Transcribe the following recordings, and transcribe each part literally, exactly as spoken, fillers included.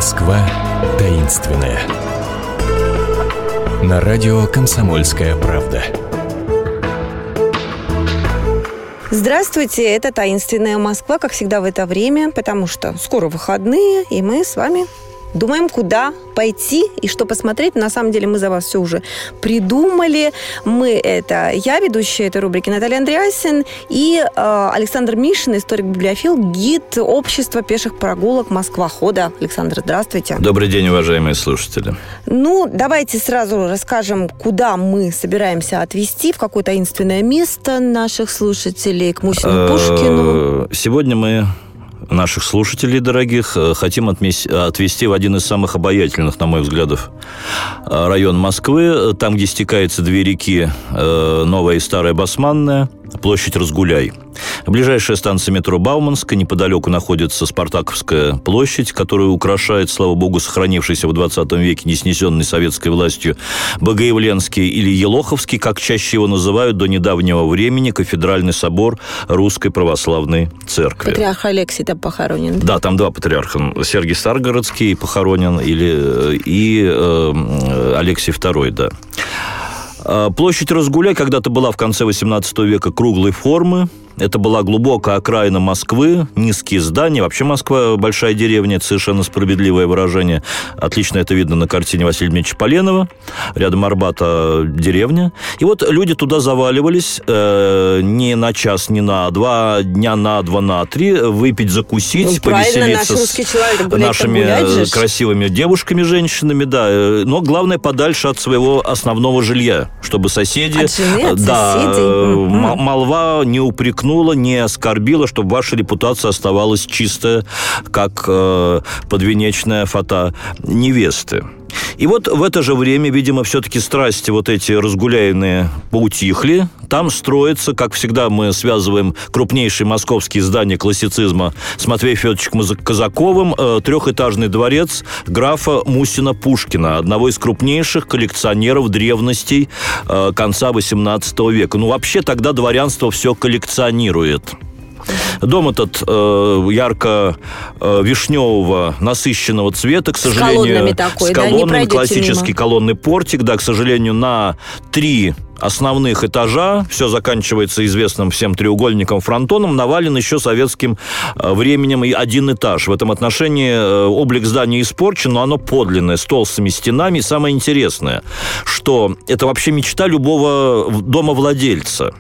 Москва таинственная. На радио «Комсомольская правда». Здравствуйте, это «Таинственная Москва», как всегда в это время, потому что скоро выходные, и мы с вами думаем, куда пойти и что посмотреть. На самом деле мы за вас все уже придумали. Мы — это я, ведущая этой рубрики Наталья Андреасин, и э, Александр Мишин, историк-библиофил, гид общества пеших прогулок Москва-хода. Александр, здравствуйте. Добрый день, уважаемые слушатели. Ну, давайте сразу расскажем, куда мы собираемся отвезти, в какое таинственное место наших слушателей, к Мусину Пушкину. Сегодня мы наших слушателей дорогих хотим отвезти в один из самых обаятельных, на мой взгляд, район Москвы, там, где стекаются две реки, Новая и Старая Басманная, площадь Разгуляй. Ближайшая станция метро Бауманская, неподалеку находится Спартаковская площадь, которую украшает, слава богу, сохранившийся в двадцатом веке, не снесенный советской властью, Богоявленский или Елоховский, как чаще его называют до недавнего времени, кафедральный собор Русской Православной Церкви. Патриарх Алексий там похоронен. Да, там два патриарха. Сергий Старгородский похоронен или, и э, Алексий второй, да. Площадь Разгуляй когда-то была в конце восемнадцатого века круглой формы. Это была глубокая окраина Москвы, низкие здания. Вообще Москва – большая деревня, это совершенно справедливое выражение. Отлично это видно на картине Василия Дмитриевича Поленова. Рядом Арбата деревня. И вот люди туда заваливались э, не на час, не на два, дня на два, на три. Выпить, закусить, ну, повеселиться наш с человек, гулять, нашими гулять, красивыми девушками, женщинами. Да. Но главное, подальше от своего основного жилья, чтобы соседи... От жены, от да, соседей. М- молва не упрекнула, не оскорбила, чтобы ваша репутация оставалась чистая, как э, подвенечная фата невесты. И вот в это же время, видимо, все-таки страсти вот эти разгуляйные поутихли. Там строится, как всегда мы связываем крупнейшие московские здания классицизма с Матвеем Федоровичем Казаковым, э, трехэтажный дворец графа Мусина Пушкина, одного из крупнейших коллекционеров древностей э, конца восемнадцатого века. Ну, вообще тогда дворянство все коллекционирует. Дом этот э, ярко-вишневого, э, насыщенного цвета, к сожалению. С колоннами такой, с колоннами, да? классический мимо. Колонный портик, да, к сожалению, на три основных этажа, все заканчивается известным всем треугольником фронтоном, навален еще советским э, временем и один этаж. В этом отношении э, облик здания испорчен, но оно подлинное, с толстыми стенами. И самое интересное, что это вообще мечта любого домовладельца.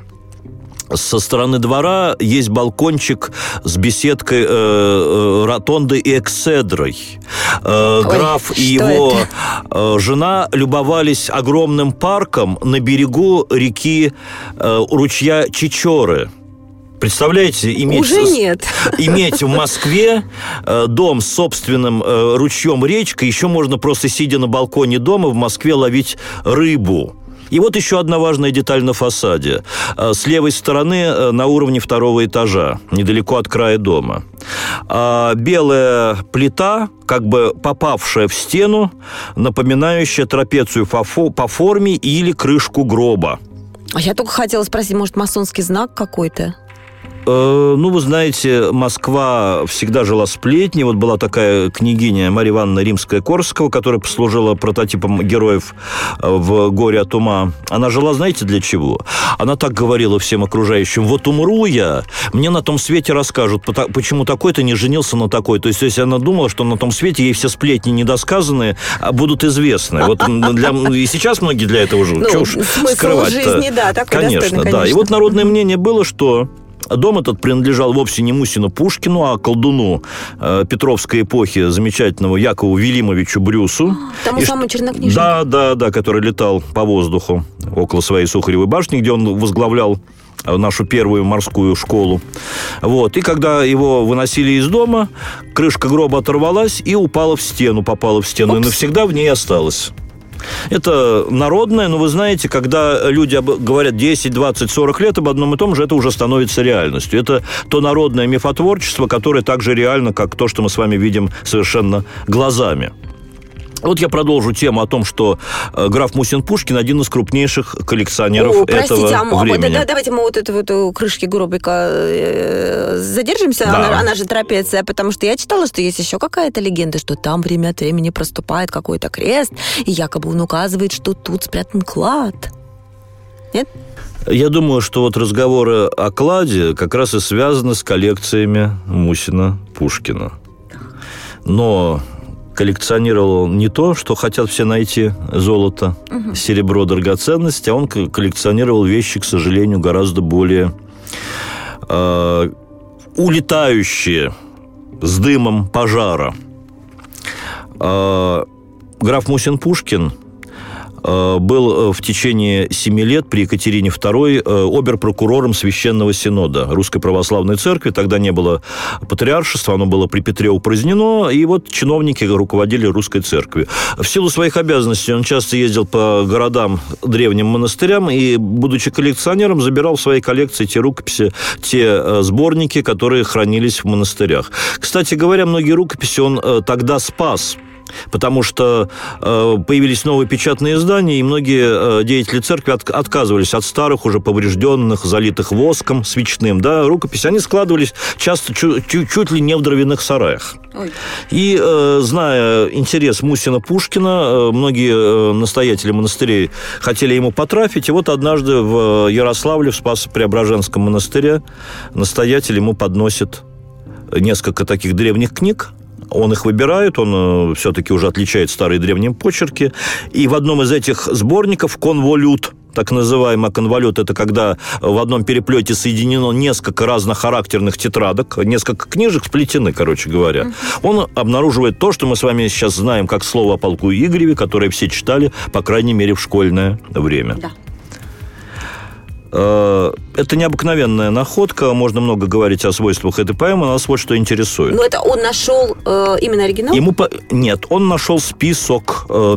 Со стороны двора есть балкончик с беседкой, э, э, ротондой и экседрой. Э, Ой, граф и его э, жена любовались огромным парком на берегу реки э, ручья Чечоры. Представляете, иметь, Уже нет. иметь в Москве э, дом с собственным э, ручьем, речкой, еще можно просто, сидя на балконе дома, в Москве ловить рыбу. И вот еще одна важная деталь на фасаде. С левой стороны, на уровне второго этажа, недалеко от края дома, белая плита, как бы попавшая в стену, напоминающая трапецию по форме или крышку гроба. А я только хотела спросить, может, масонский знак какой-то? Ну, вы знаете, Москва всегда жила сплетней. Вот была такая княгиня Марья Ивановна Римская-Корсакова, которая послужила прототипом героев в «Горе от ума». Она жила, знаете, для чего? Она так говорила всем окружающим: вот умру я, мне на том свете расскажут, почему такой-то не женился на такой. То есть, если она думала, что на том свете ей все сплетни недосказанные будут известны. Вот для, и сейчас многие для этого живут. Ну, Чего уж скрывать-то? Жизни, да, такой конечно, достойный, да. конечно. И вот народное мнение было, что дом этот принадлежал вовсе не Мусину Пушкину, а колдуну э, Петровской эпохи, замечательному Якову Велимовичу Брюсу. Тому самому чернокнижнику. Да, да, да, который летал по воздуху около своей Сухаревой башни, где он возглавлял нашу первую морскую школу. Вот. И когда его выносили из дома, крышка гроба оторвалась и упала в стену, попала в стену, Упс. и навсегда в ней осталась. Это народное, но вы знаете, когда люди говорят десять, двадцать, сорок лет об одном и том же, это уже становится реальностью. Это то народное мифотворчество, которое так же реально, как то, что мы с вами видим совершенно глазами. Вот я продолжу тему о том, что граф Мусин-Пушкин один из крупнейших коллекционеров О, простите, этого а, времени. Да, давайте мы вот это вот у крышки гробика задержимся, Да. она, она же трапеция, потому что я читала, что есть еще какая-то легенда, что там время от времени проступает какой-то крест, и якобы он указывает, что тут спрятан клад. Нет? Я думаю, что вот разговоры о кладе как раз и связаны с коллекциями Мусина-Пушкина. Но коллекционировал он не то, что хотят все найти: золото, угу. серебро, драгоценности, а он коллекционировал вещи, к сожалению, гораздо более э, улетающие с дымом пожара. Э, граф Мусин-Пушкин был в течение семи лет при Екатерине второй обер-прокурором Священного Синода Русской Православной Церкви. Тогда не было патриаршества, оно было при Петре упразднено, и вот чиновники руководили Русской Церковью. В силу своих обязанностей он часто ездил по городам, древним монастырям, и, будучи коллекционером, забирал в свои коллекции те рукописи, те сборники, которые хранились в монастырях. Кстати говоря, многие рукописи он тогда спас, потому что э, появились новые печатные издания, и многие э, деятели церкви от, отказывались от старых, уже поврежденных, залитых воском свечным, да, рукописи. Они складывались часто чу- чу- чуть ли не в дровяных сараях. Ой. И, э, зная интерес Мусина-Пушкина, э, многие э, настоятели монастырей хотели ему потрафить, и вот однажды в Ярославле, в Спасо-Преображенском монастыре, настоятель ему подносит несколько таких древних книг. Он их выбирает, он все-таки уже отличает старые древние почерки. И в одном из этих сборников «Конволют», так называемый конволют, это когда в одном переплете соединено несколько разнохарактерных тетрадок, несколько книжек сплетены, короче говоря. Uh-huh. Он обнаруживает то, что мы с вами сейчас знаем как слово о полку Игореве, которое все читали, по крайней мере, в школьное время. Да. Это необыкновенная находка, можно много говорить о свойствах этой поэмы, но нас вот что интересует. Но это он нашел э, именно оригинал? Ему по... Нет, он нашел список э,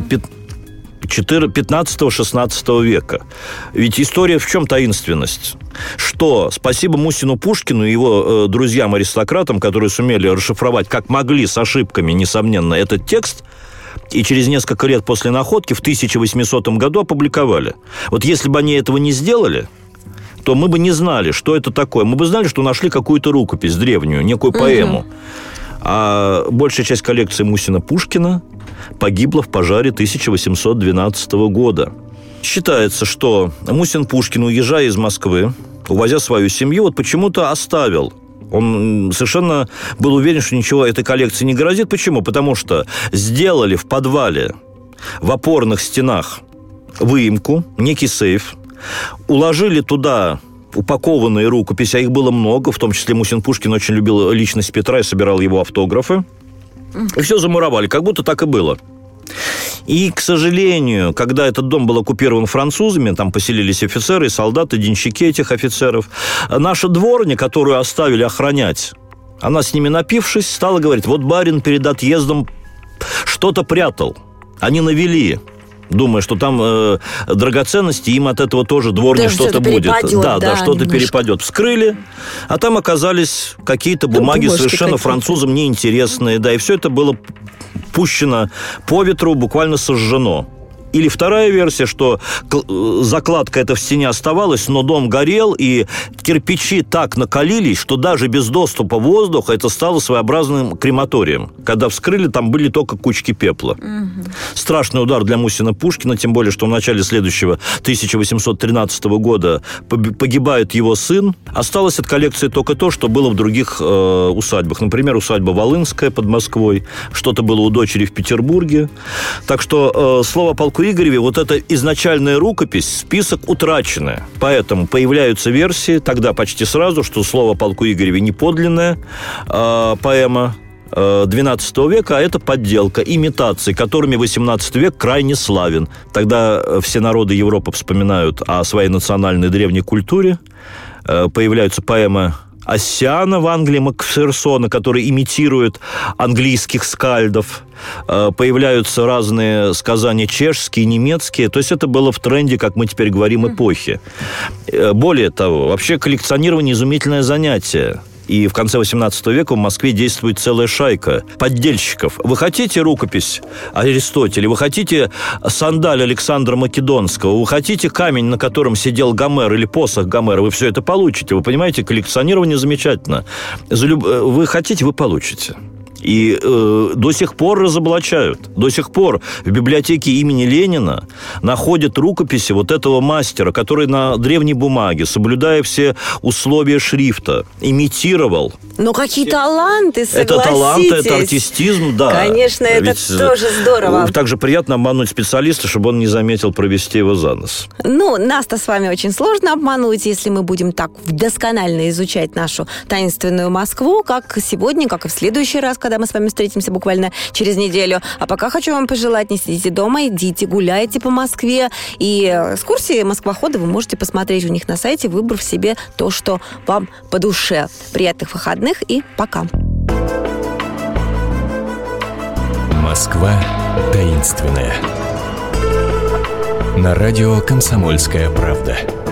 пятнадцатого-шестнадцатого века. Ведь история в чем таинственность? Что спасибо Мусину-Пушкину и его э, друзьям-аристократам, которые сумели расшифровать, как могли, с ошибками, несомненно, этот текст, и через несколько лет после находки в тысяча восьмисотом году опубликовали. Вот если бы они этого не сделали, то мы бы не знали, что это такое. Мы бы знали, что нашли какую-то рукопись древнюю, некую поэму. Угу. А большая часть коллекции Мусина-Пушкина погибла в пожаре тысяча восемьсот двенадцатого года. Считается, что Мусин-Пушкин, уезжая из Москвы, увозя свою семью, вот почему-то оставил. Он совершенно был уверен, что ничего этой коллекции не грозит. Почему? Потому что сделали в подвале, в опорных стенах выемку, некий сейф, уложили туда упакованные рукописи, а их было много, в том числе Мусин-Пушкин очень любил личность Петра и собирал его автографы. И все замуровали, как будто так и было. И, к сожалению, когда этот дом был оккупирован французами, там поселились офицеры, солдаты, денщики этих офицеров, наша дворня, которую оставили охранять, она с ними напившись, стала говорить: вот барин перед отъездом что-то прятал. Они навели, думая, что там э, драгоценности, им от этого тоже дворне что-то, что-то будет. Да, да, да, что-то немножко перепадет. Вскрыли, а там оказались какие-то бумаги, ну, совершенно какие-то французам неинтересные. Да, и все это было пущено по ветру, буквально сожжено. Или вторая версия, что закладка эта в стене оставалась, но дом горел, и кирпичи так накалились, что даже без доступа воздуха это стало своеобразным крематорием. Когда вскрыли, там были только кучки пепла. Угу. Страшный удар для Мусина-Пушкина, тем более, что в начале следующего тысяча восемьсот тринадцатого года погибает его сын. Осталось от коллекции только то, что было в других э, усадьбах. Например, усадьба Волынская под Москвой, что-то было у дочери в Петербурге. Так что э, слово о полку Игореве, вот эта изначальная рукопись, список утраченная. Поэтому появляются версии, тогда почти сразу, что слово о полку Игореве не подлинная э, поэма э, двенадцатого века, а это подделка, имитации, которыми восемнадцатый век крайне славен. Тогда все народы Европы вспоминают о своей национальной древней культуре. Э, появляются поэмы Оссиана в Англии, Макферсона, который имитирует английских скальдов. Появляются разные сказания чешские, немецкие. То есть это было в тренде, как мы теперь говорим, эпохи. Более того, вообще коллекционирование – изумительное занятие. И в конце восемнадцатого века в Москве действует целая шайка поддельщиков. Вы хотите рукопись Аристотеля? Вы хотите сандаль Александра Македонского? Вы хотите камень, на котором сидел Гомер, или посох Гомера? Вы все это получите. Вы понимаете, коллекционирование замечательно. Вы хотите, вы получите. И э, до сих пор разоблачают. До сих пор в библиотеке имени Ленина находят рукописи вот этого мастера, который на древней бумаге, соблюдая все условия шрифта, имитировал. Но какие таланты, согласитесь. Это талант, это артистизм, да. Конечно, это Ведь тоже здорово. Также приятно обмануть специалиста, чтобы он не заметил провести его за нос. Ну, нас-то с вами очень сложно обмануть, если мы будем так досконально изучать нашу таинственную Москву, как сегодня, как и в следующий раз, когда мы с вами встретимся буквально через неделю. А пока хочу вам пожелать, не сидите дома, идите, гуляйте по Москве. И экскурсии москвоходы вы можете посмотреть у них на сайте, выбрав себе то, что вам по душе. Приятных выходных и пока. Москва таинственная. На радио «Комсомольская правда».